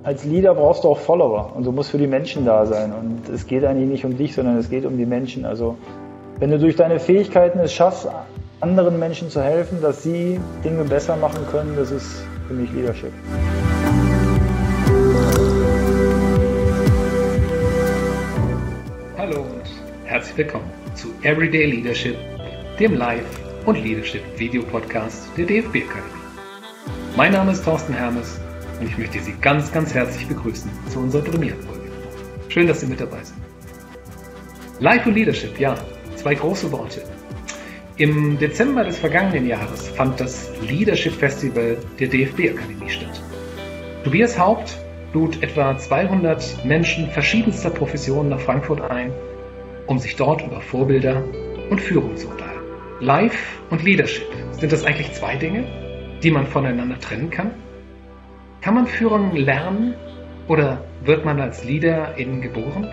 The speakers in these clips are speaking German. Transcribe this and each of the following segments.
als Leader brauchst du auch Follower und du musst für die Menschen da sein. Und es geht eigentlich nicht um dich, sondern es geht um die Menschen. Also wenn du durch deine Fähigkeiten es schaffst, anderen Menschen zu helfen, dass sie Dinge besser machen können, das ist für mich Leadership. Hallo und herzlich willkommen zu Everyday Leadership, dem Live- und Leadership-Video-Podcast der DFB Akademie. Mein Name ist Thorsten Hermes und ich möchte Sie ganz, ganz herzlich begrüßen zu unserer Premierenfolge. Schön, dass Sie mit dabei sind. Live und Leadership, ja, zwei große Worte. Im Dezember des vergangenen Jahres fand das Leadership Festival der DFB Akademie statt. Tobias Haupt lud etwa 200 Menschen verschiedenster Professionen nach Frankfurt ein, um sich dort über Vorbilder und Führung zu unterhalten. Life und Leadership, sind das eigentlich zwei Dinge, die man voneinander trennen kann? Kann man Führung lernen oder wird man als Leader geboren?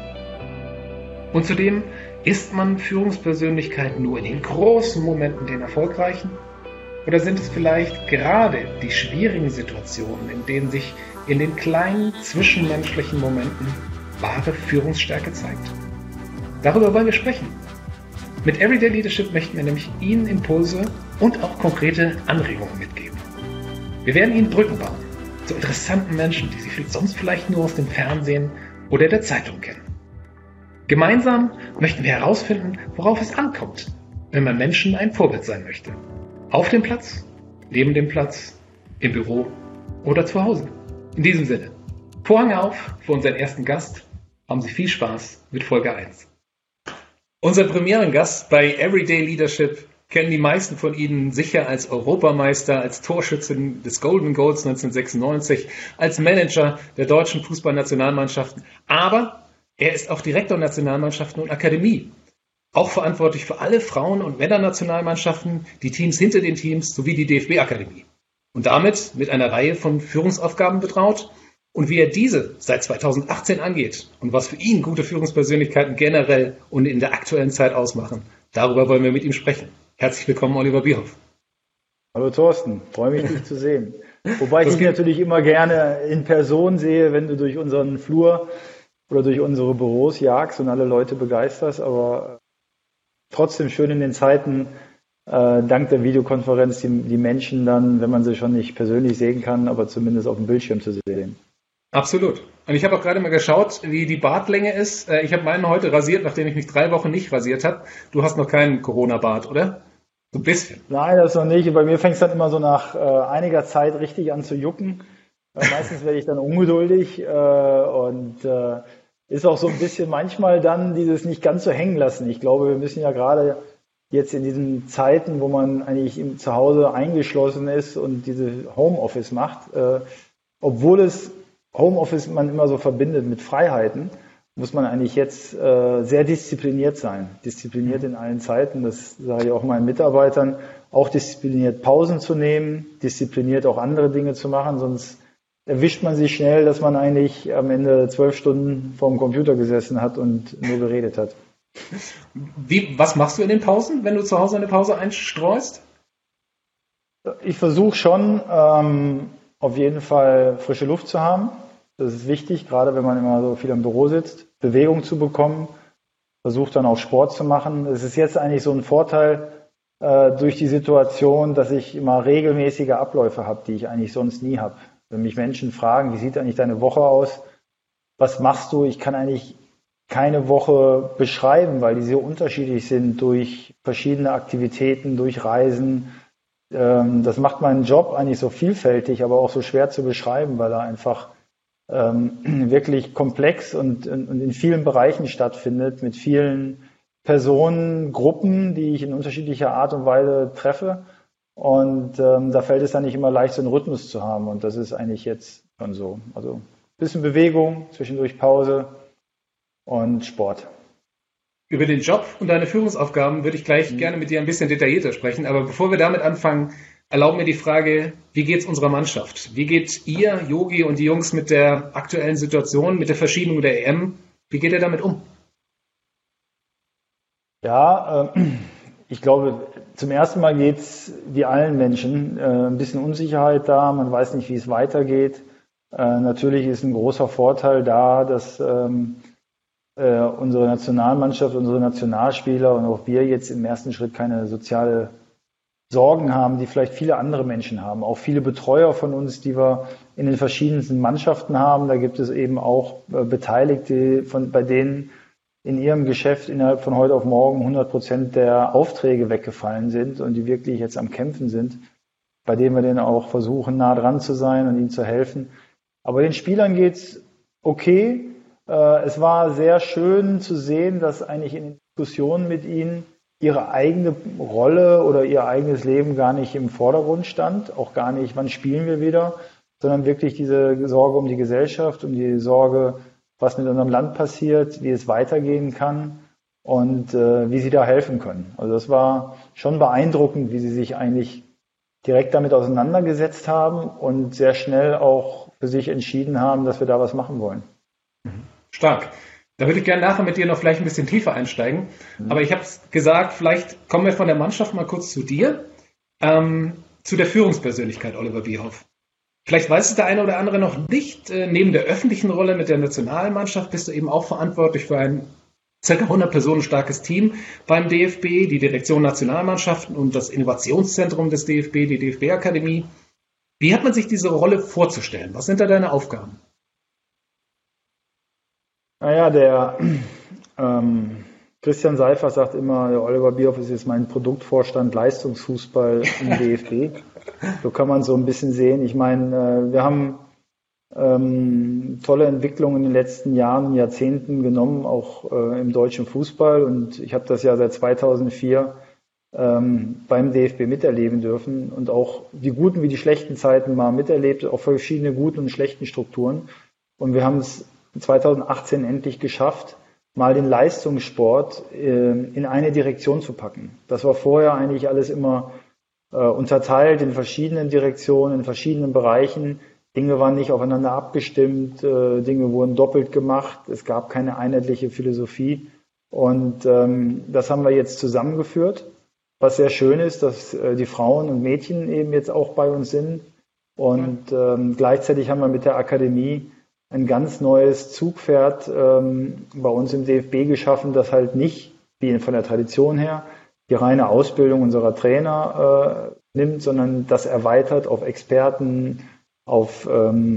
Und zudem, ist man Führungspersönlichkeit nur in den großen Momenten den erfolgreichen? Oder sind es vielleicht gerade die schwierigen Situationen, in denen sich in den kleinen zwischenmenschlichen Momenten wahre Führungsstärke zeigt? Darüber wollen wir sprechen. Mit Everyday Leadership möchten wir nämlich Ihnen Impulse und auch konkrete Anregungen mitgeben. Wir werden Ihnen Brücken bauen zu interessanten Menschen, die Sie sonst vielleicht nur aus dem Fernsehen oder der Zeitung kennen. Gemeinsam möchten wir herausfinden, worauf es ankommt, wenn man Menschen ein Vorbild sein möchte. Auf dem Platz, neben dem Platz, im Büro oder zu Hause. In diesem Sinne, Vorhang auf für unseren ersten Gast. Haben Sie viel Spaß mit Folge 1. Unser Premierengast bei Everyday Leadership kennen die meisten von Ihnen sicher als Europameister, als Torschützin des Golden Goals 1996, als Manager der deutschen Fußballnationalmannschaften. Aber er ist auch Direktor Nationalmannschaften und Akademie. Auch verantwortlich für alle Frauen- und Männernationalmannschaften, die Teams hinter den Teams sowie die DFB-Akademie. Und damit mit einer Reihe von Führungsaufgaben betraut. Und wie er diese seit 2018 angeht und was für ihn gute Führungspersönlichkeiten generell und in der aktuellen Zeit ausmachen, darüber wollen wir mit ihm sprechen. Herzlich willkommen, Oliver Bierhoff. Hallo Thorsten, freue mich, dich zu sehen. Wobei ich dich natürlich immer gerne in Person sehe, wenn du durch unseren Flur oder durch unsere Büros jagst und alle Leute begeisterst, aber trotzdem schön in den Zeiten, dank der Videokonferenz, die Menschen dann, wenn man sie schon nicht persönlich sehen kann, aber zumindest auf dem Bildschirm zu sehen. Absolut. Und ich habe auch gerade mal geschaut, wie die Bartlänge ist. Ich habe meinen heute rasiert, nachdem ich mich 3 Wochen nicht rasiert habe. Du hast noch keinen Corona-Bart, oder? So ein bisschen. Nein, das noch nicht. Bei mir fängt es dann immer so nach einiger Zeit richtig an zu jucken. Meistens werde ich dann ungeduldig und ist auch so ein bisschen manchmal dann dieses nicht ganz so hängen lassen. Ich glaube, wir müssen ja gerade jetzt in diesen Zeiten, wo man eigentlich zu Hause eingeschlossen ist und diese Homeoffice macht, obwohl es Homeoffice man immer so verbindet mit Freiheiten, muss man eigentlich jetzt sehr diszipliniert sein. Diszipliniert in allen Zeiten, das sage ich auch meinen Mitarbeitern, auch diszipliniert Pausen zu nehmen, diszipliniert auch andere Dinge zu machen, sonst erwischt man sich schnell, dass man eigentlich am Ende 12 Stunden vorm Computer gesessen hat und nur geredet hat. Was machst du in den Pausen, wenn du zu Hause eine Pause einstreust? Ich versuche schon, auf jeden Fall frische Luft zu haben. Das ist wichtig, gerade wenn man immer so viel im Büro sitzt, Bewegung zu bekommen, versucht dann auch Sport zu machen. Es ist jetzt eigentlich so ein Vorteil durch die Situation, dass ich immer regelmäßige Abläufe habe, die ich eigentlich sonst nie habe. Wenn mich Menschen fragen, wie sieht eigentlich deine Woche aus? Was machst du? Ich kann eigentlich keine Woche beschreiben, weil die so unterschiedlich sind durch verschiedene Aktivitäten, durch Reisen. Das macht meinen Job eigentlich so vielfältig, aber auch so schwer zu beschreiben, weil er einfach wirklich komplex und in vielen Bereichen stattfindet, mit vielen Personen, Gruppen, die ich in unterschiedlicher Art und Weise treffe. Und da fällt es dann nicht immer leicht, so einen Rhythmus zu haben. Und das ist eigentlich jetzt schon so. Also ein bisschen Bewegung, zwischendurch Pause und Sport. Über den Job und deine Führungsaufgaben würde ich gleich gerne mit dir ein bisschen detaillierter sprechen. Aber bevor wir damit anfangen, erlauben mir die Frage, wie geht's unserer Mannschaft? Wie geht ihr, Yogi und die Jungs mit der aktuellen Situation, mit der Verschiebung der EM? Wie geht ihr damit um? Ja, ich glaube, zum ersten Mal geht's wie allen Menschen ein bisschen Unsicherheit da. Man weiß nicht, wie es weitergeht. Natürlich ist ein großer Vorteil da, dass unsere Nationalmannschaft, unsere Nationalspieler und auch wir jetzt im ersten Schritt keine soziale Sorgen haben, die vielleicht viele andere Menschen haben. Auch viele Betreuer von uns, die wir in den verschiedensten Mannschaften haben. Da gibt es eben auch Beteiligte, bei denen in ihrem Geschäft innerhalb von heute auf morgen 100% der Aufträge weggefallen sind und die wirklich jetzt am Kämpfen sind, bei denen wir denen auch versuchen, nah dran zu sein und ihnen zu helfen. Aber den Spielern geht's okay. Es war sehr schön zu sehen, dass eigentlich in den Diskussionen mit ihnen ihre eigene Rolle oder ihr eigenes Leben gar nicht im Vordergrund stand, auch gar nicht, wann spielen wir wieder, sondern wirklich diese Sorge um die Gesellschaft, um die Sorge, was mit unserem Land passiert, wie es weitergehen kann und wie sie da helfen können. Also das war schon beeindruckend, wie sie sich eigentlich direkt damit auseinandergesetzt haben und sehr schnell auch für sich entschieden haben, dass wir da was machen wollen. Stark. Da würde ich gerne nachher mit dir noch vielleicht ein bisschen tiefer einsteigen. Aber ich habe es gesagt, vielleicht kommen wir von der Mannschaft mal kurz zu dir, zu der Führungspersönlichkeit Oliver Bierhoff. Vielleicht weiß es der eine oder andere noch nicht. Neben der öffentlichen Rolle mit der Nationalmannschaft bist du eben auch verantwortlich für ein ca. 100 Personen starkes Team beim DFB, die Direktion Nationalmannschaften und das Innovationszentrum des DFB, die DFB-Akademie. Wie hat man sich diese Rolle vorzustellen? Was sind da deine Aufgaben? Naja, der Christian Seifert sagt immer, der Oliver Bierhoff ist jetzt mein Produktvorstand Leistungsfußball im DFB. So kann man so ein bisschen sehen. Ich meine, wir haben tolle Entwicklungen in den letzten Jahren und Jahrzehnten genommen, auch im deutschen Fußball. Und ich habe das ja seit 2004 beim DFB miterleben dürfen und auch die guten wie die schlechten Zeiten mal miterlebt, auch verschiedene guten und schlechten Strukturen. Und wir haben es 2018 endlich geschafft, mal den Leistungssport in eine Direktion zu packen. Das war vorher eigentlich alles immer unterteilt in verschiedenen Direktionen, in verschiedenen Bereichen. Dinge waren nicht aufeinander abgestimmt, Dinge wurden doppelt gemacht, es gab keine einheitliche Philosophie. Und das haben wir jetzt zusammengeführt, was sehr schön ist, dass die Frauen und Mädchen eben jetzt auch bei uns sind. Und gleichzeitig haben wir mit der Akademie ein ganz neues Zugpferd bei uns im DFB geschaffen, das halt nicht, wie von der Tradition her, die reine Ausbildung unserer Trainer nimmt, sondern das erweitert auf Experten, auf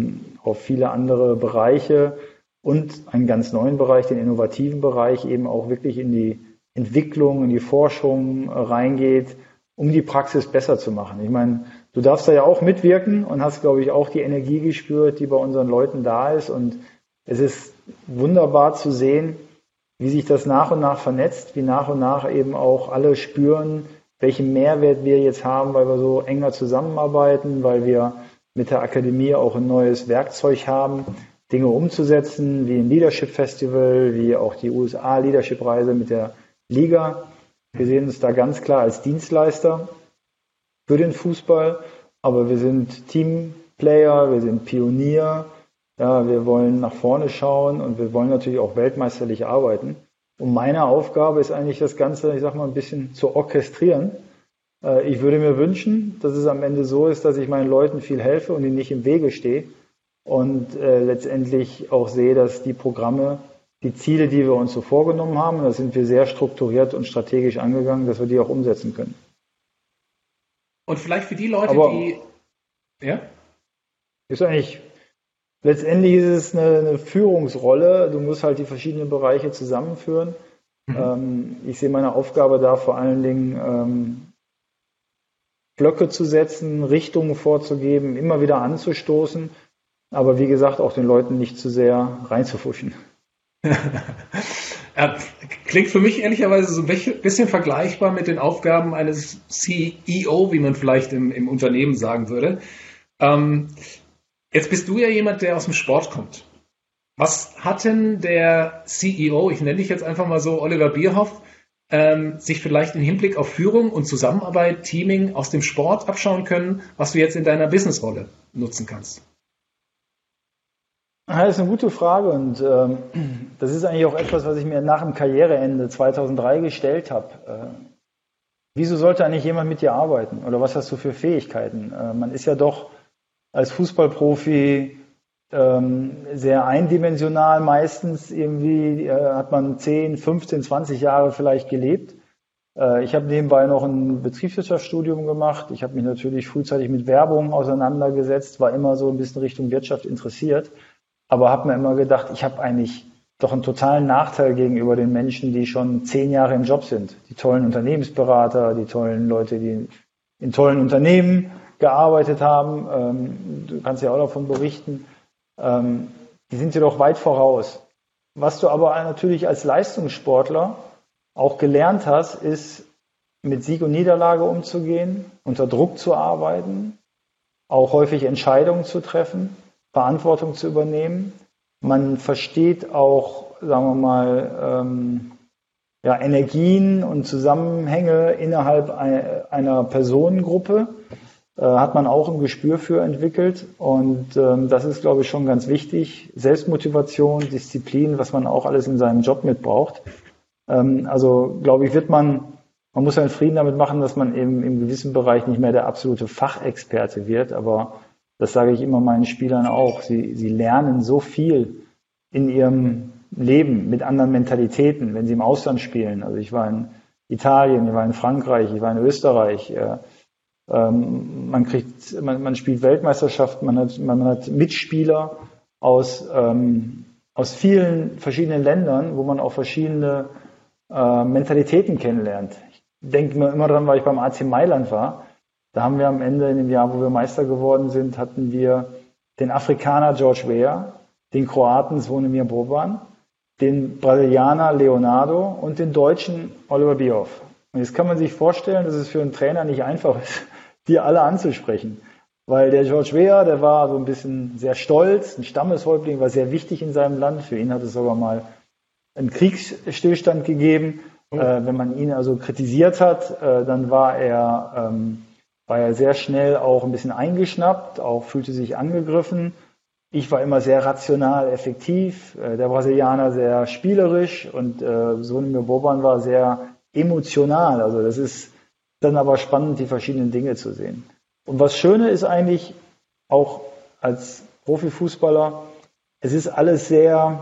viele andere Bereiche und einen ganz neuen Bereich, den innovativen Bereich, eben auch wirklich in die Entwicklung, in die Forschung reingeht, um die Praxis besser zu machen. Ich meine, du darfst da ja auch mitwirken und hast, glaube ich, auch die Energie gespürt, die bei unseren Leuten da ist. Und es ist wunderbar zu sehen, wie sich das nach und nach vernetzt, wie nach und nach eben auch alle spüren, welchen Mehrwert wir jetzt haben, weil wir so enger zusammenarbeiten, weil wir mit der Akademie auch ein neues Werkzeug haben, Dinge umzusetzen, wie ein Leadership Festival, wie auch die USA Leadership Reise mit der Liga. Wir sehen uns da ganz klar als Dienstleister für den Fußball, aber wir sind Teamplayer, wir sind Pionier, ja, wir wollen nach vorne schauen und wir wollen natürlich auch weltmeisterlich arbeiten. Und meine Aufgabe ist eigentlich das Ganze, ich sag mal, ein bisschen zu orchestrieren. Ich würde mir wünschen, dass es am Ende so ist, dass ich meinen Leuten viel helfe und ihnen nicht im Wege stehe und letztendlich auch sehe, dass die Programme, die Ziele, die wir uns so vorgenommen haben, da sind wir sehr strukturiert und strategisch angegangen, dass wir die auch umsetzen können. Und vielleicht für die Leute, die... Ja? Ist eigentlich, letztendlich ist es eine Führungsrolle. Du musst halt die verschiedenen Bereiche zusammenführen. Ich sehe meine Aufgabe da vor allen Dingen, Blöcke zu setzen, Richtungen vorzugeben, immer wieder anzustoßen. Aber wie gesagt, auch den Leuten nicht zu sehr reinzufuschen. Klingt für mich ehrlicherweise so ein bisschen vergleichbar mit den Aufgaben eines CEO, wie man vielleicht im Unternehmen sagen würde. Jetzt bist du ja jemand, der aus dem Sport kommt. Was hat denn der CEO, ich nenne dich jetzt einfach mal so, Oliver Bierhoff, sich vielleicht im Hinblick auf Führung und Zusammenarbeit, Teaming aus dem Sport abschauen können, was du jetzt in deiner Businessrolle nutzen kannst? Das ist eine gute Frage und das ist eigentlich auch etwas, was ich mir nach dem Karriereende 2003 gestellt habe. Wieso sollte eigentlich jemand mit dir arbeiten oder was hast du für Fähigkeiten? Man ist ja doch als Fußballprofi sehr eindimensional meistens. Irgendwie hat man 10, 15, 20 Jahre vielleicht gelebt. Ich habe nebenbei noch ein Betriebswirtschaftsstudium gemacht. Ich habe mich natürlich frühzeitig mit Werbung auseinandergesetzt, war immer so ein bisschen Richtung Wirtschaft interessiert, aber habe mir immer gedacht, ich habe eigentlich doch einen totalen Nachteil gegenüber den Menschen, die schon 10 Jahre im Job sind. Die tollen Unternehmensberater, die tollen Leute, die in tollen Unternehmen gearbeitet haben. Du kannst ja auch davon berichten. Die sind ja doch weit voraus. Was du aber natürlich als Leistungssportler auch gelernt hast, ist, mit Sieg und Niederlage umzugehen, unter Druck zu arbeiten, auch häufig Entscheidungen zu treffen, Verantwortung zu übernehmen. Man versteht auch, sagen wir mal, Energien und Zusammenhänge innerhalb einer Personengruppe. Hat man auch ein Gespür für entwickelt. Und das ist, glaube ich, schon ganz wichtig. Selbstmotivation, Disziplin, was man auch alles in seinem Job mitbraucht. Also, glaube ich, man muss einen Frieden damit machen, dass man eben im gewissen Bereich nicht mehr der absolute Fachexperte wird. Aber das sage ich immer meinen Spielern auch. Sie lernen so viel in ihrem Leben mit anderen Mentalitäten, wenn sie im Ausland spielen. Also ich war in Italien, ich war in Frankreich, ich war in Österreich. Man spielt Weltmeisterschaften, man hat Mitspieler aus vielen verschiedenen Ländern, wo man auch verschiedene Mentalitäten kennenlernt. Ich denke mir immer dran, weil ich beim AC Mailand war. Da haben wir am Ende in dem Jahr, wo wir Meister geworden sind, hatten wir den Afrikaner George Weah, den Kroaten Zvonimir Boban, den Brasilianer Leonardo und den Deutschen Oliver Bierhoff. Und jetzt kann man sich vorstellen, dass es für einen Trainer nicht einfach ist, die alle anzusprechen. Weil der George Weah, der war so ein bisschen sehr stolz, ein Stammeshäuptling, war sehr wichtig in seinem Land. Für ihn hat es sogar mal einen Kriegsstillstand gegeben. Wenn man ihn also kritisiert hat, dann war er sehr schnell auch ein bisschen eingeschnappt, auch fühlte sich angegriffen. Ich war immer sehr rational, effektiv, der Brasilianer sehr spielerisch und Zvonimir Boban war sehr emotional. Also das ist dann aber spannend, die verschiedenen Dinge zu sehen. Und was Schöne ist eigentlich, auch als Profifußballer, es ist alles sehr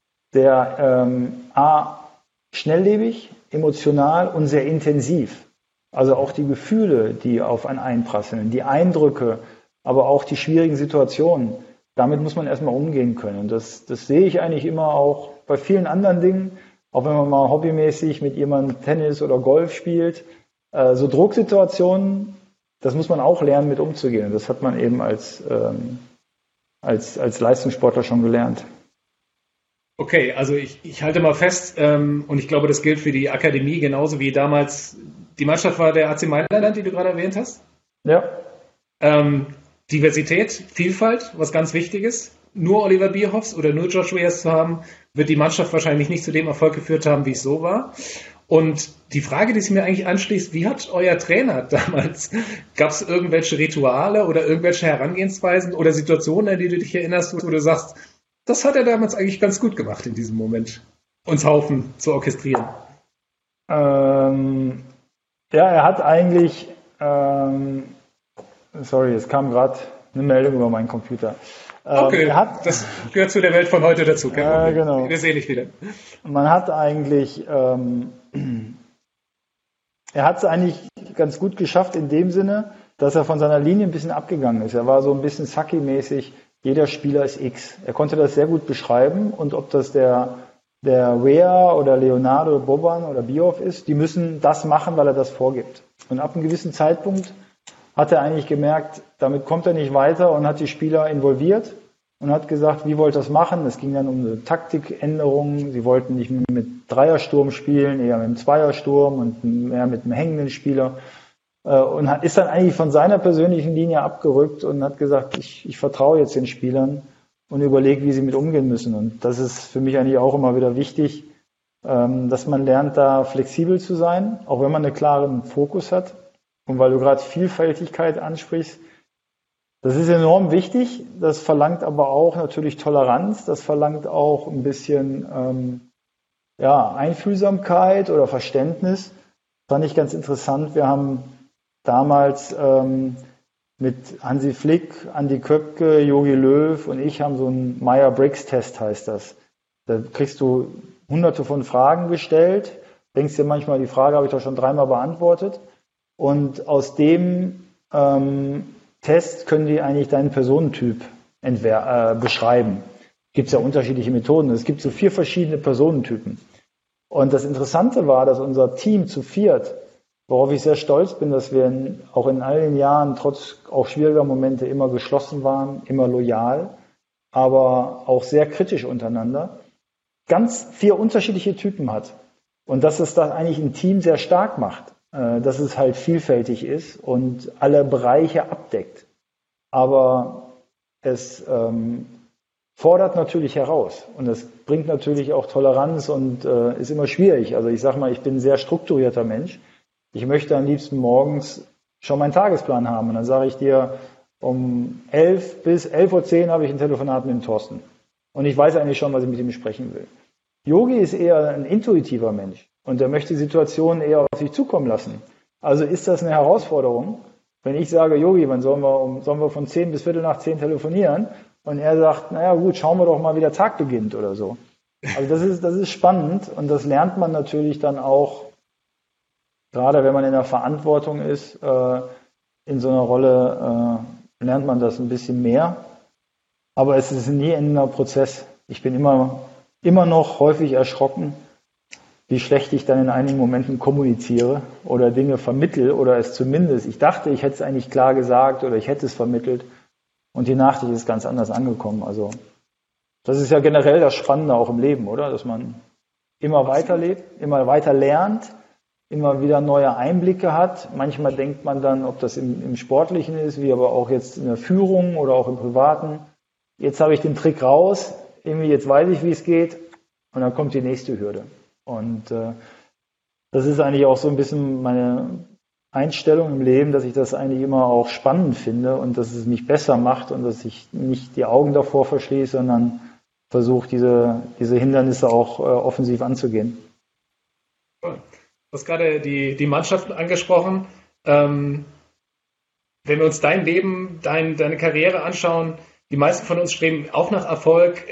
schnelllebig, emotional und sehr intensiv. Also auch die Gefühle, die auf einen einprasseln, die Eindrücke, aber auch die schwierigen Situationen. Damit muss man erstmal umgehen können. Und das sehe ich eigentlich immer auch bei vielen anderen Dingen, auch wenn man mal hobbymäßig mit jemandem Tennis oder Golf spielt. So Drucksituationen, das muss man auch lernen, mit umzugehen. Und das hat man eben als Leistungssportler schon gelernt. Okay, also ich halte mal fest, und ich glaube, das gilt für die Akademie genauso wie damals. Die Mannschaft war der AC Mailand, die du gerade erwähnt hast. Ja. Diversität, Vielfalt, was ganz Wichtiges. Nur Oliver Bierhoffs oder nur George Weahs zu haben, wird die Mannschaft wahrscheinlich nicht zu dem Erfolg geführt haben, wie es so war. Und die Frage, die sich mir eigentlich anschließt, wie hat euer Trainer damals, gab es irgendwelche Rituale oder irgendwelche Herangehensweisen oder Situationen, an die du dich erinnerst, wo du sagst, das hat er damals eigentlich ganz gut gemacht in diesem Moment, uns Haufen zu orchestrieren? Ja, er hat eigentlich, sorry, es kam gerade eine Meldung über meinen Computer. Okay, das gehört zu der Welt von heute dazu. Genau. Wir sehen dich wieder. Man hat eigentlich, er hat es eigentlich ganz gut geschafft in dem Sinne, dass er von seiner Linie ein bisschen abgegangen ist. Er war so ein bisschen Saki-mäßig, jeder Spieler ist X. Er konnte das sehr gut beschreiben und ob das der Weah oder Leonardo, Boban oder Bierhoff ist, die müssen das machen, weil er das vorgibt. Und ab einem gewissen Zeitpunkt hat er eigentlich gemerkt, damit kommt er nicht weiter und hat die Spieler involviert und hat gesagt, wie wollt ihr das machen? Es ging dann um eine Taktikänderung. Sie wollten nicht mehr mit Dreiersturm spielen, eher mit einem Zweiersturm und mehr mit einem hängenden Spieler. Und ist dann eigentlich von seiner persönlichen Linie abgerückt und hat gesagt, ich vertraue jetzt den Spielern und überlege, wie sie mit umgehen müssen. Und das ist für mich eigentlich auch immer wieder wichtig, dass man lernt, da flexibel zu sein, auch wenn man einen klaren Fokus hat. Und weil du gerade Vielfältigkeit ansprichst, das ist enorm wichtig. Das verlangt aber auch natürlich Toleranz. Das verlangt auch ein bisschen Einfühlsamkeit oder Verständnis. Das fand ich ganz interessant. Wir haben damals mit Hansi Flick, Andi Köpke, Jogi Löw und ich haben so einen Meyer-Briggs-Test, heißt das. Da kriegst du hunderte von Fragen gestellt, denkst dir manchmal, die Frage habe ich doch schon 3-mal beantwortet. Und aus dem Test können die eigentlich deinen Personentyp beschreiben. Gibt es ja unterschiedliche Methoden. Es gibt so 4 verschiedene Personentypen. Und das Interessante war, dass unser Team zu 4, worauf ich sehr stolz bin, dass wir auch in all den Jahren, trotz auch schwieriger Momente, immer geschlossen waren, immer loyal, aber auch sehr kritisch untereinander, ganz 4 unterschiedliche Typen hat. Und dass es das eigentlich ein Team sehr stark macht, dass es halt vielfältig ist und alle Bereiche abdeckt. Aber es fordert natürlich heraus und es bringt natürlich auch Toleranz und ist immer schwierig. Also ich sage mal, ich bin ein sehr strukturierter Mensch. Ich möchte am liebsten morgens schon meinen Tagesplan haben und dann sage ich dir, um 11 bis 11:10 Uhr habe ich ein Telefonat mit dem Thorsten und ich weiß eigentlich schon, was ich mit ihm besprechen will. Yogi ist eher ein intuitiver Mensch und der möchte die Situation eher auf sich zukommen lassen. Also ist das eine Herausforderung, wenn ich sage, Yogi, wann sollen wir von 10 bis 10:15 telefonieren? Und er sagt, naja gut, schauen wir doch mal, wie der Tag beginnt oder so. Also das ist spannend und das lernt man natürlich dann auch, gerade wenn man in der Verantwortung ist, in so einer Rolle lernt man das ein bisschen mehr. Aber es ist ein nie endender Prozess. Ich bin immer noch häufig erschrocken, wie schlecht ich dann in einigen Momenten kommuniziere oder Dinge vermittle oder es zumindest, ich dachte, ich hätte es eigentlich klar gesagt oder ich hätte es vermittelt. Und die Nachricht ist ganz anders angekommen. Also das ist ja generell das Spannende auch im Leben, oder? Dass man immer weiterlebt, immer weiter lernt, immer wieder neue Einblicke hat. Manchmal denkt man dann, ob das im Sportlichen ist, wie aber auch jetzt in der Führung oder auch im Privaten. Jetzt habe ich den Trick raus, irgendwie jetzt weiß ich, wie es geht und dann kommt die nächste Hürde. Und das ist eigentlich auch so ein bisschen meine Einstellung im Leben, dass ich das eigentlich immer auch spannend finde und dass es mich besser macht und dass ich nicht die Augen davor verschließe, sondern versuche, diese Hindernisse auch offensiv anzugehen. Du hast gerade die Mannschaften angesprochen. Wenn wir uns dein Leben, deine Karriere anschauen, die meisten von uns streben auch nach Erfolg.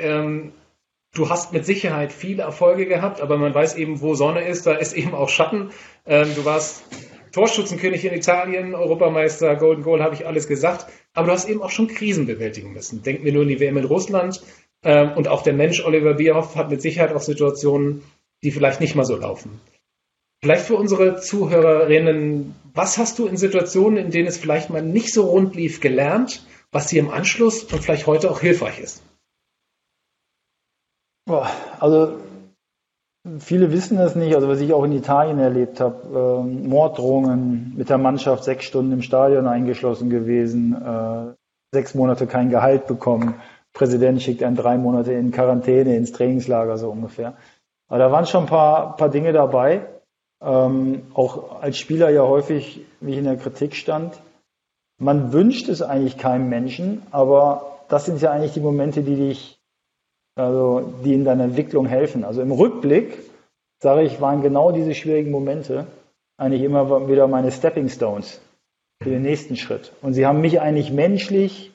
Du hast mit Sicherheit viele Erfolge gehabt, aber man weiß eben, wo Sonne ist, da ist eben auch Schatten. Du warst Torschützenkönig in Italien, Europameister, Golden Goal, habe ich alles gesagt. Aber du hast eben auch schon Krisen bewältigen müssen. Denken wir nur an die WM in Russland. Und auch der Mensch Oliver Bierhoff hat mit Sicherheit auch Situationen, die vielleicht nicht mal so laufen. Vielleicht für unsere Zuhörerinnen, was hast du in Situationen, in denen es vielleicht mal nicht so rund lief, gelernt, was dir im Anschluss und vielleicht heute auch hilfreich ist? Also viele wissen das nicht, also was ich auch in Italien erlebt habe, Morddrohungen mit der Mannschaft, 6 Stunden im Stadion eingeschlossen gewesen, 6 Monate kein Gehalt bekommen, Präsident schickt einen 3 Monate in Quarantäne, ins Trainingslager so ungefähr. Aber da waren schon ein paar Dinge dabei, auch als Spieler ja häufig, wie ich in der Kritik stand. Man wünscht es eigentlich keinem Menschen, aber das sind ja eigentlich die Momente, die in deiner Entwicklung helfen. Also im Rückblick, sage ich, waren genau diese schwierigen Momente eigentlich immer wieder meine Stepping Stones für den nächsten Schritt. Und sie haben mich eigentlich menschlich,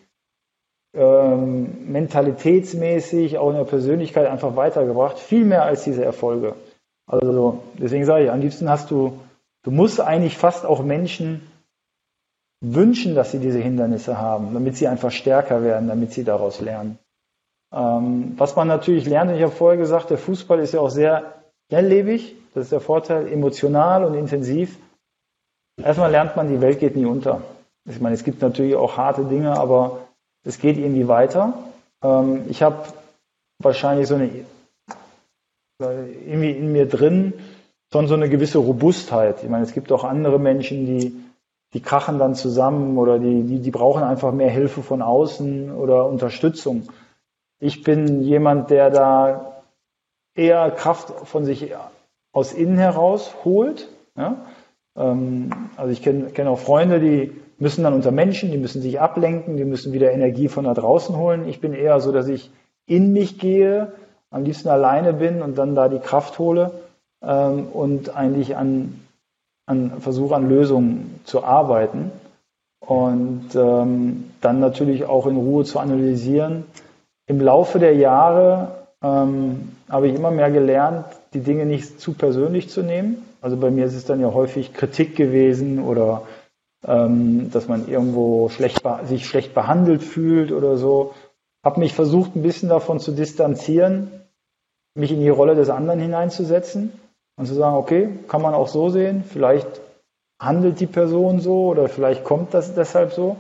mentalitätsmäßig, auch in der Persönlichkeit einfach weitergebracht, viel mehr als diese Erfolge. Also deswegen sage ich, am liebsten du musst eigentlich fast auch Menschen wünschen, dass sie diese Hindernisse haben, damit sie einfach stärker werden, damit sie daraus lernen. Was man natürlich lernt, ich habe vorher gesagt, der Fußball ist ja auch sehr schnelllebig, das ist der Vorteil, emotional und intensiv. Erstmal lernt man, die Welt geht nie unter. Ich meine, es gibt natürlich auch harte Dinge, aber es geht irgendwie weiter. Ich habe wahrscheinlich irgendwie in mir drin schon so eine gewisse Robustheit. Ich meine, es gibt auch andere Menschen, die krachen dann zusammen oder die brauchen einfach mehr Hilfe von außen oder Unterstützung. Ich bin jemand, der da eher Kraft von sich aus innen heraus holt. Ja? Also ich kenne auch Freunde, die müssen dann unter Menschen, die müssen sich ablenken, die müssen wieder Energie von da draußen holen. Ich bin eher so, dass ich in mich gehe, am liebsten alleine bin und dann da die Kraft hole und eigentlich versuche an Lösungen zu arbeiten. und dann natürlich auch in Ruhe zu analysieren. Im Laufe der Jahre habe ich immer mehr gelernt, die Dinge nicht zu persönlich zu nehmen. Also bei mir ist es dann ja häufig Kritik gewesen oder dass man irgendwo sich schlecht behandelt fühlt oder so. Habe mich versucht, ein bisschen davon zu distanzieren, mich in die Rolle des anderen hineinzusetzen und zu sagen, okay, kann man auch so sehen, vielleicht handelt die Person so oder vielleicht kommt das deshalb so.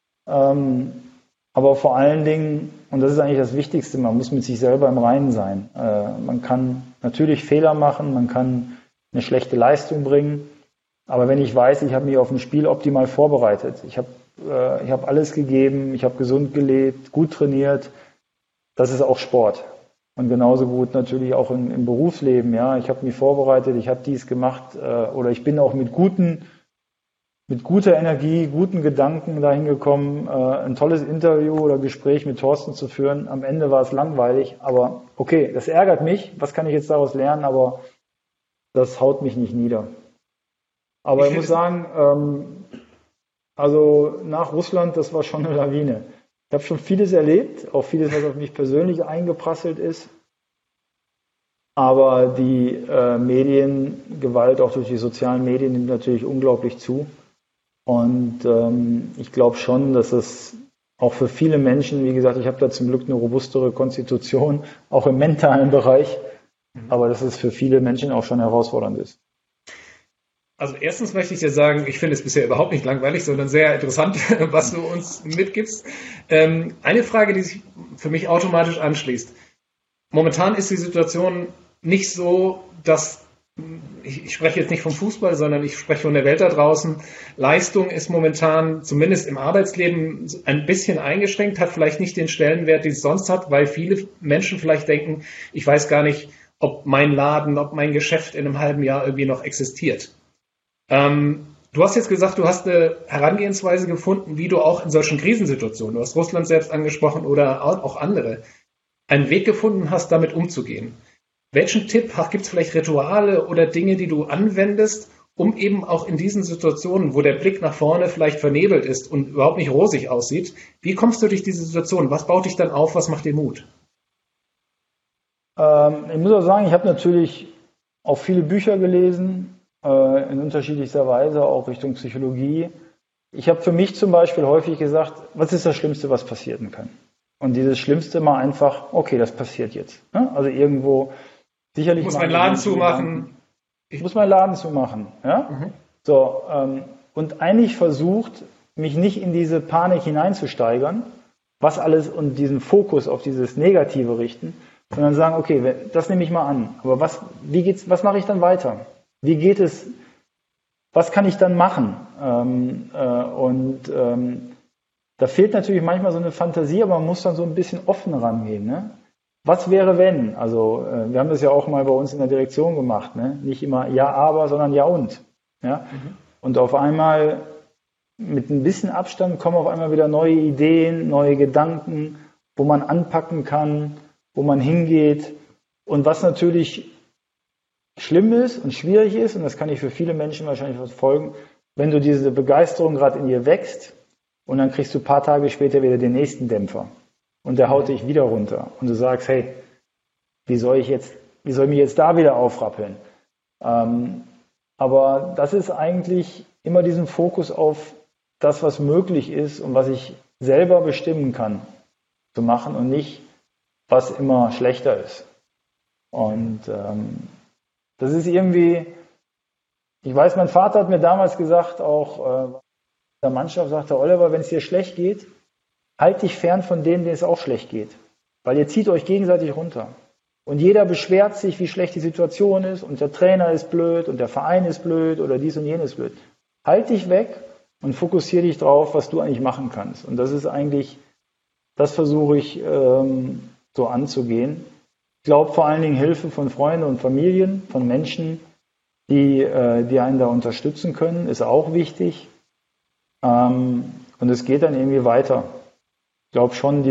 Aber vor allen Dingen, und das ist eigentlich das Wichtigste, man muss mit sich selber im Reinen sein. Man kann natürlich Fehler machen, man kann eine schlechte Leistung bringen, aber wenn ich weiß, ich habe mich auf ein Spiel optimal vorbereitet, ich habe alles gegeben, ich habe gesund gelebt, gut trainiert, das ist auch Sport. Und genauso gut natürlich auch im Berufsleben. Ja, ich habe mich vorbereitet, ich habe dies gemacht oder ich bin auch mit guter Energie, guten Gedanken dahin gekommen, ein tolles Interview oder Gespräch mit Thorsten zu führen. Am Ende war es langweilig, aber okay, das ärgert mich. Was kann ich jetzt daraus lernen? Aber das haut mich nicht nieder. Aber ich muss sagen, also nach Russland, das war schon eine Lawine. Ich habe schon vieles erlebt, auch vieles, was auf mich persönlich eingeprasselt ist. Aber die Mediengewalt, auch durch die sozialen Medien, nimmt natürlich unglaublich zu. Und ich glaube schon, dass es auch für viele Menschen, wie gesagt, ich habe da zum Glück eine robustere Konstitution, auch im mentalen Bereich, aber dass es für viele Menschen auch schon herausfordernd ist. Also erstens möchte ich dir sagen, ich finde es bisher überhaupt nicht langweilig, sondern sehr interessant, was du uns mitgibst. Eine Frage, die sich für mich automatisch anschließt. Momentan ist die Situation nicht so, dass, ich spreche jetzt nicht vom Fußball, sondern ich spreche von der Welt da draußen. Leistung ist momentan, zumindest im Arbeitsleben, ein bisschen eingeschränkt, hat vielleicht nicht den Stellenwert, den es sonst hat, weil viele Menschen vielleicht denken, ich weiß gar nicht, ob mein Laden, ob mein Geschäft in einem halben Jahr irgendwie noch existiert. Du hast jetzt gesagt, du hast eine Herangehensweise gefunden, wie du auch in solchen Krisensituationen, du hast Russland selbst angesprochen oder auch andere, einen Weg gefunden hast, damit umzugehen. Welchen Tipp, gibt es vielleicht Rituale oder Dinge, die du anwendest, um eben auch in diesen Situationen, wo der Blick nach vorne vielleicht vernebelt ist und überhaupt nicht rosig aussieht, wie kommst du durch diese Situation? Was baut dich dann auf? Was macht dir Mut? Ich muss auch sagen, ich habe natürlich auch viele Bücher gelesen, in unterschiedlichster Weise, auch Richtung Psychologie. Ich habe für mich zum Beispiel häufig gesagt, was ist das Schlimmste, was passieren kann? Und dieses Schlimmste mal einfach, okay, das passiert jetzt. Also irgendwo sicherlich... Ich muss meinen Laden zumachen. Ich muss meinen Laden zumachen. Ja? So, und eigentlich versucht, mich nicht in diese Panik hineinzusteigern, was alles und diesen Fokus auf dieses Negative richten, sondern sagen, okay, das nehme ich mal an. Aber was mache ich dann weiter? Wie geht es? Was kann ich dann machen? Da fehlt natürlich manchmal so eine Fantasie, aber man muss dann so ein bisschen offen rangehen. Ne? Was wäre, wenn? Also wir haben das ja auch mal bei uns in der Direktion gemacht. Ne? Nicht immer ja, aber, sondern ja und. Ja? Und auf einmal mit ein bisschen Abstand kommen auf einmal wieder neue Ideen, neue Gedanken, wo man anpacken kann, wo man hingeht. Und was natürlich schlimm ist und schwierig ist, und das kann ich für viele Menschen wahrscheinlich verfolgen, wenn du diese Begeisterung gerade in dir wächst und dann kriegst du ein paar Tage später wieder den nächsten Dämpfer und der haut dich wieder runter und du sagst, hey, wie soll ich mich jetzt da wieder aufrappeln? Aber das ist eigentlich immer diesen Fokus auf das, was möglich ist und was ich selber bestimmen kann, zu machen und nicht, was immer schlechter ist. Und das ist irgendwie, ich weiß, mein Vater hat mir damals gesagt, auch der Mannschaft sagte, Oliver, wenn es dir schlecht geht, halt dich fern von denen, denen es auch schlecht geht. Weil ihr zieht euch gegenseitig runter. Und jeder beschwert sich, wie schlecht die Situation ist und der Trainer ist blöd und der Verein ist blöd oder dies und jenes blöd. Halt dich weg und fokussiere dich drauf, was du eigentlich machen kannst. Und das ist eigentlich, das versuche ich so anzugehen. Ich glaube vor allen Dingen Hilfe von Freunden und Familien, von Menschen, die einen da unterstützen können, ist auch wichtig. Und es geht dann irgendwie weiter. Ich glaube schon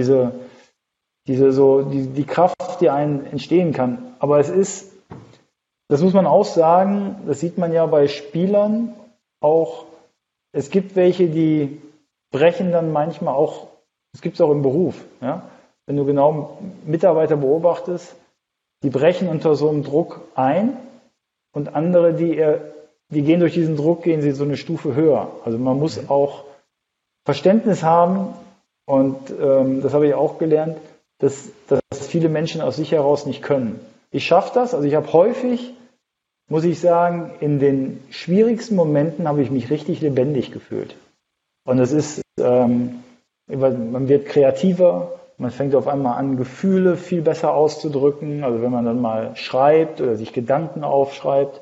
die Kraft, die einen entstehen kann. Aber das muss man auch sagen, das sieht man ja bei Spielern auch, es gibt welche, die brechen dann manchmal auch, das gibt es auch im Beruf, ja? Wenn du genau Mitarbeiter beobachtest, die brechen unter so einem Druck ein und andere, die gehen durch diesen Druck, gehen sie so eine Stufe höher. Also man muss auch Verständnis haben und das habe ich auch gelernt, dass viele Menschen aus sich heraus nicht können. Ich schaffe das, also ich habe häufig, muss ich sagen, in den schwierigsten Momenten habe ich mich richtig lebendig gefühlt. Und es ist, man wird kreativer, man fängt auf einmal an, Gefühle viel besser auszudrücken. Also wenn man dann mal schreibt oder sich Gedanken aufschreibt,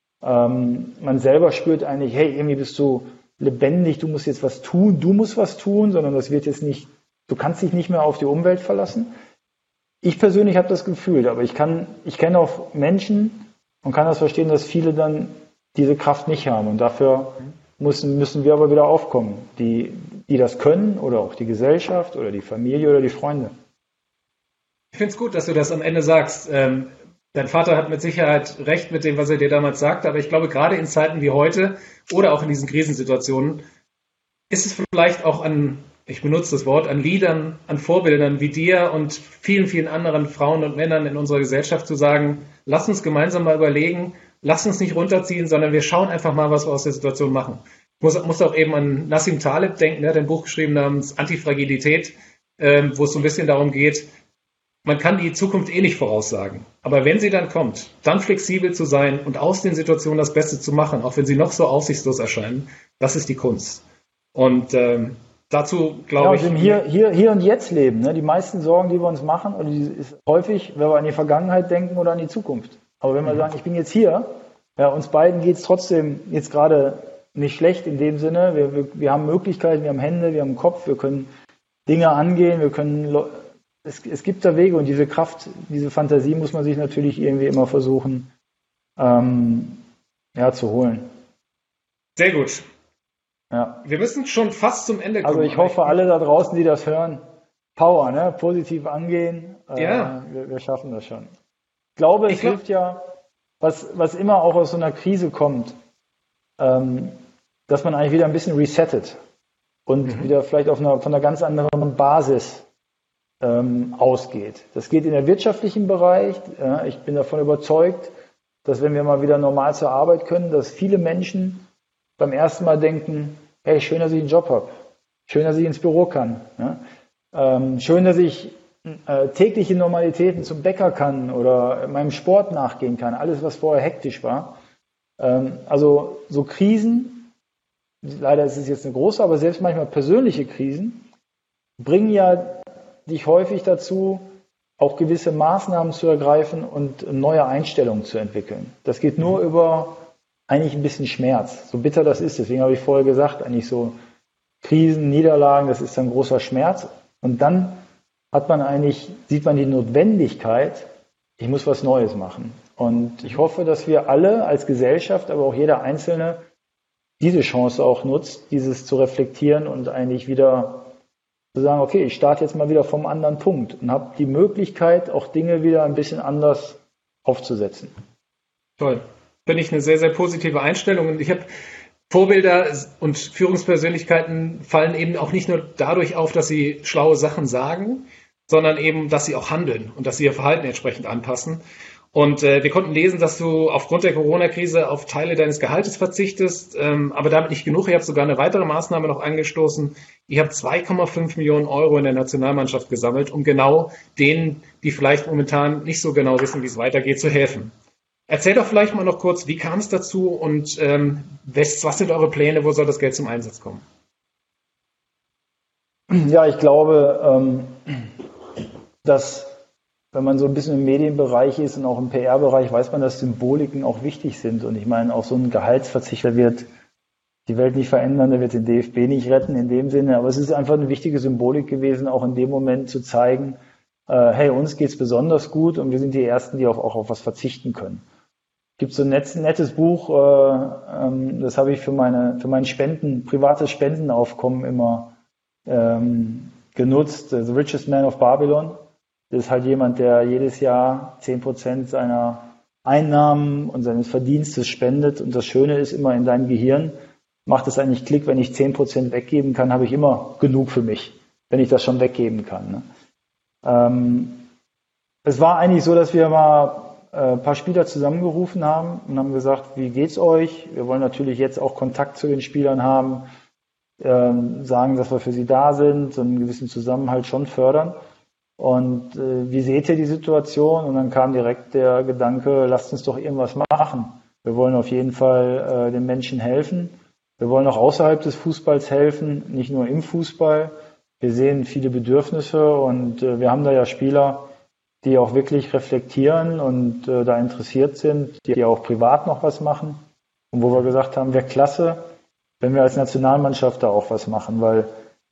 man selber spürt eigentlich, hey, irgendwie bist du lebendig, du musst jetzt was tun, sondern das wird jetzt nicht, du kannst dich nicht mehr auf die Umwelt verlassen. Ich persönlich habe das Gefühl, aber ich kenne auch Menschen und kann das verstehen, dass viele dann diese Kraft nicht haben. Und dafür müssen wir aber wieder aufkommen, die das können oder auch die Gesellschaft oder die Familie oder die Freunde. Ich finde es gut, dass du das am Ende sagst. Dein Vater hat mit Sicherheit recht mit dem, was er dir damals sagte, aber ich glaube, gerade in Zeiten wie heute oder auch in diesen Krisensituationen ist es vielleicht auch ich benutze das Wort, an Liedern, an Vorbildern wie dir und vielen, vielen anderen Frauen und Männern in unserer Gesellschaft zu sagen, lass uns gemeinsam mal überlegen, lass uns nicht runterziehen, sondern wir schauen einfach mal, was wir aus der Situation machen. Ich muss auch eben an Nassim Taleb denken, der hat ein Buch geschrieben namens Antifragilität, wo es so ein bisschen darum geht, man kann die Zukunft eh nicht voraussagen. Aber wenn sie dann kommt, dann flexibel zu sein und aus den Situationen das Beste zu machen, auch wenn sie noch so aussichtslos erscheinen, das ist die Kunst. Und dazu glaube ich... Hier und jetzt leben. Ne? Die meisten Sorgen, die wir uns machen, und die ist häufig, wenn wir an die Vergangenheit denken oder an die Zukunft. Aber wenn wir sagen, ich bin jetzt hier, ja, uns beiden geht es trotzdem jetzt gerade nicht schlecht in dem Sinne. Wir haben Möglichkeiten, wir haben Hände, wir haben einen Kopf, wir können Dinge angehen, es gibt da Wege und diese Kraft, diese Fantasie muss man sich natürlich irgendwie immer versuchen zu holen. Sehr gut. Ja. Wir müssen schon fast zum Ende kommen. Also ich hoffe, alle da draußen, die das hören, Power, ne? Positiv angehen. Ja. Wir schaffen das schon. Ich glaube, es hilft ja, was immer auch aus so einer Krise kommt, dass man eigentlich wieder ein bisschen resettet und wieder vielleicht von einer ganz anderen Basis ausgeht. Das geht in der wirtschaftlichen Bereich. Ich bin davon überzeugt, dass wenn wir mal wieder normal zur Arbeit können, dass viele Menschen beim ersten Mal denken, hey, schön, dass ich einen Job habe. Schön, dass ich ins Büro kann. Ja? Schön, dass ich tägliche Normalitäten zum Bäcker kann oder meinem Sport nachgehen kann. Alles, was vorher hektisch war. Also so Krisen, leider ist es jetzt eine große, aber selbst manchmal persönliche Krisen, bringen ja dich häufig dazu, auch gewisse Maßnahmen zu ergreifen und neue Einstellungen zu entwickeln. Das geht nur über eigentlich ein bisschen Schmerz, so bitter das ist. Deswegen habe ich vorher gesagt, eigentlich so Krisen, Niederlagen, das ist ein großer Schmerz. Und dann sieht man die Notwendigkeit, ich muss was Neues machen. Und ich hoffe, dass wir alle als Gesellschaft, aber auch jeder Einzelne, diese Chance auch nutzt, dieses zu reflektieren und eigentlich wieder zu sagen, okay, ich starte jetzt mal wieder vom anderen Punkt und habe die Möglichkeit, auch Dinge wieder ein bisschen anders aufzusetzen. Toll. Finde ich eine sehr, sehr positive Einstellung. Und ich habe Vorbilder und Führungspersönlichkeiten fallen eben auch nicht nur dadurch auf, dass sie schlaue Sachen sagen, sondern eben, dass sie auch handeln und dass sie ihr Verhalten entsprechend anpassen. Und wir konnten lesen, dass du aufgrund der Corona-Krise auf Teile deines Gehaltes verzichtest, aber damit nicht genug. Ihr habt sogar eine weitere Maßnahme noch angestoßen. Ihr habt 2,5 Millionen Euro in der Nationalmannschaft gesammelt, um genau denen, die vielleicht momentan nicht so genau wissen, wie es weitergeht, zu helfen. Erzähl doch vielleicht mal noch kurz, wie kam es dazu und was sind eure Pläne, wo soll das Geld zum Einsatz kommen? Ja, ich glaube, dass wenn man so ein bisschen im Medienbereich ist und auch im PR-Bereich, weiß man, dass Symboliken auch wichtig sind. Und ich meine, auch so ein Gehaltsverzicht, der wird die Welt nicht verändern, der wird den DFB nicht retten in dem Sinne. Aber es ist einfach eine wichtige Symbolik gewesen, auch in dem Moment zu zeigen, hey, uns geht's besonders gut und wir sind die Ersten, die auch auf was verzichten können. Es gibt so ein nettes Buch, das habe ich für mein privates Spendenaufkommen immer genutzt, The Richest Man of Babylon. Das ist halt jemand, der jedes Jahr 10% seiner Einnahmen und seines Verdienstes spendet. Und das Schöne ist immer in deinem Gehirn, macht es eigentlich Klick, wenn ich 10% weggeben kann, habe ich immer genug für mich, wenn ich das schon weggeben kann. Ne? Es war eigentlich so, dass wir mal ein paar Spieler zusammengerufen haben und haben gesagt, wie geht's euch? Wir wollen natürlich jetzt auch Kontakt zu den Spielern haben, sagen, dass wir für sie da sind, einen gewissen Zusammenhalt schon fördern. Und wie seht ihr die Situation? Und dann kam direkt der Gedanke, lasst uns doch irgendwas machen. Wir wollen auf jeden Fall den Menschen helfen. Wir wollen auch außerhalb des Fußballs helfen, nicht nur im Fußball. Wir sehen viele Bedürfnisse und wir haben da ja Spieler, die auch wirklich reflektieren und da interessiert sind, die auch privat noch was machen. Und wo wir gesagt haben, wäre klasse, wenn wir als Nationalmannschaft da auch was machen, weil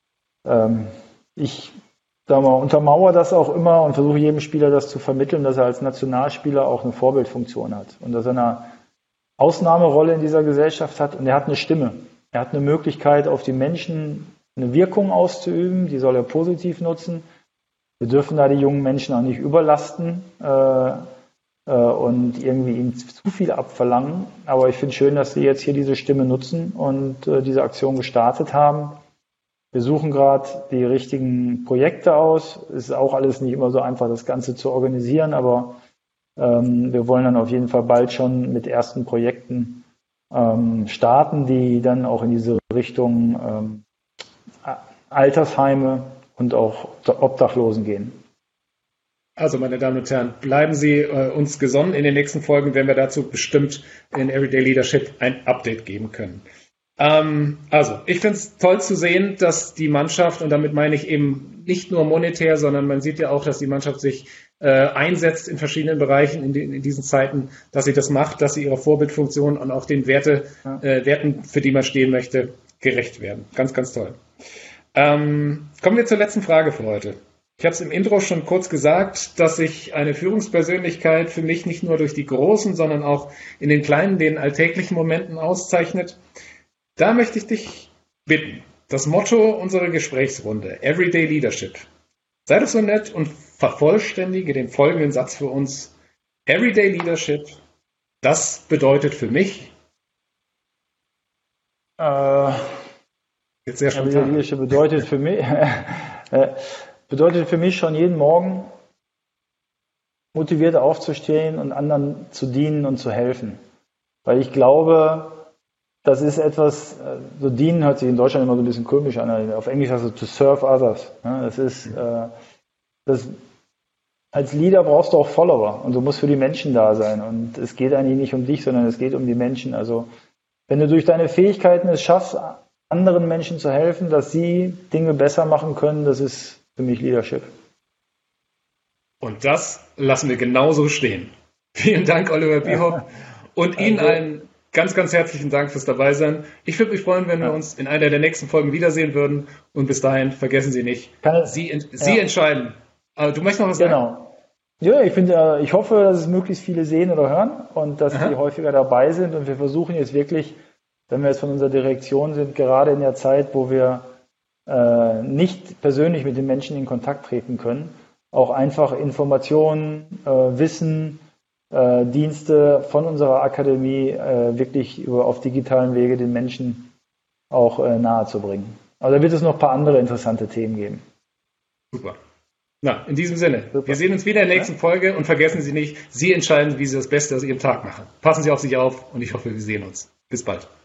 ich untermauere das auch immer und versuche jedem Spieler das zu vermitteln, dass er als Nationalspieler auch eine Vorbildfunktion hat und dass er eine Ausnahmerolle in dieser Gesellschaft hat und er hat eine Stimme. Er hat eine Möglichkeit, auf die Menschen eine Wirkung auszuüben, die soll er positiv nutzen. Wir dürfen da die jungen Menschen auch nicht überlasten und irgendwie ihnen zu viel abverlangen. Aber ich finde schön, dass Sie jetzt hier diese Stimme nutzen und diese Aktion gestartet haben. Wir suchen gerade die richtigen Projekte aus. Es ist auch alles nicht immer so einfach, das Ganze zu organisieren, aber wir wollen dann auf jeden Fall bald schon mit ersten Projekten starten, die dann auch in diese Richtung Altersheime und auch Obdachlosen gehen. Also, meine Damen und Herren, bleiben Sie uns gesonnen. In den nächsten Folgen werden wir dazu bestimmt in Everyday Leadership ein Update geben können. Also, ich finde es toll zu sehen, dass die Mannschaft, und damit meine ich eben nicht nur monetär, sondern man sieht ja auch, dass die Mannschaft sich einsetzt in verschiedenen Bereichen in diesen Zeiten, dass sie das macht, dass sie ihrer Vorbildfunktion und auch den Werten, für die man stehen möchte, gerecht werden. Ganz, ganz toll. Kommen wir zur letzten Frage für heute. Ich habe es im Intro schon kurz gesagt, dass sich eine Führungspersönlichkeit für mich nicht nur durch die großen, sondern auch in den kleinen, den alltäglichen Momenten auszeichnet. Da möchte ich dich bitten, das Motto unserer Gesprächsrunde, Everyday Leadership. Sei doch so nett und vervollständige den folgenden Satz für uns. Everyday Leadership, das bedeutet für mich... Jetzt sehr spontan. Leadership bedeutet für mich schon jeden Morgen motiviert aufzustehen und anderen zu dienen und zu helfen. Weil ich glaube, das ist etwas, so dienen hört sich in Deutschland immer so ein bisschen komisch an. Auf Englisch heißt es to serve others. Das ist, als Leader brauchst du auch Follower und du musst für die Menschen da sein. Und es geht eigentlich nicht um dich, sondern es geht um die Menschen. Also wenn du durch deine Fähigkeiten es schaffst, anderen Menschen zu helfen, dass sie Dinge besser machen können, das ist für mich Leadership. Und das lassen wir genauso stehen. Vielen Dank, Oliver Bierhoff. Und Ihnen allen ganz, ganz herzlichen Dank fürs Dabeisein. Ich würde mich freuen, wenn wir uns in einer der nächsten Folgen wiedersehen würden. Und bis dahin, vergessen Sie nicht, Sie entscheiden. Aber du möchtest noch was sagen? Genau. Ja, ich hoffe, dass es möglichst viele sehen oder hören und dass die häufiger dabei sind. Und wir versuchen jetzt wirklich, wenn wir jetzt von unserer Direktion sind, gerade in der Zeit, wo wir nicht persönlich mit den Menschen in Kontakt treten können, auch einfach Informationen, Wissen, Dienste von unserer Akademie wirklich auf digitalen Wege den Menschen auch nahe zu bringen. Aber da wird es noch ein paar andere interessante Themen geben. Super. Na, in diesem Sinne, wir sehen uns wieder in der nächsten Folge und vergessen Sie nicht, Sie entscheiden, wie Sie das Beste aus Ihrem Tag machen. Passen Sie auf sich auf und ich hoffe, wir sehen uns. Bis bald.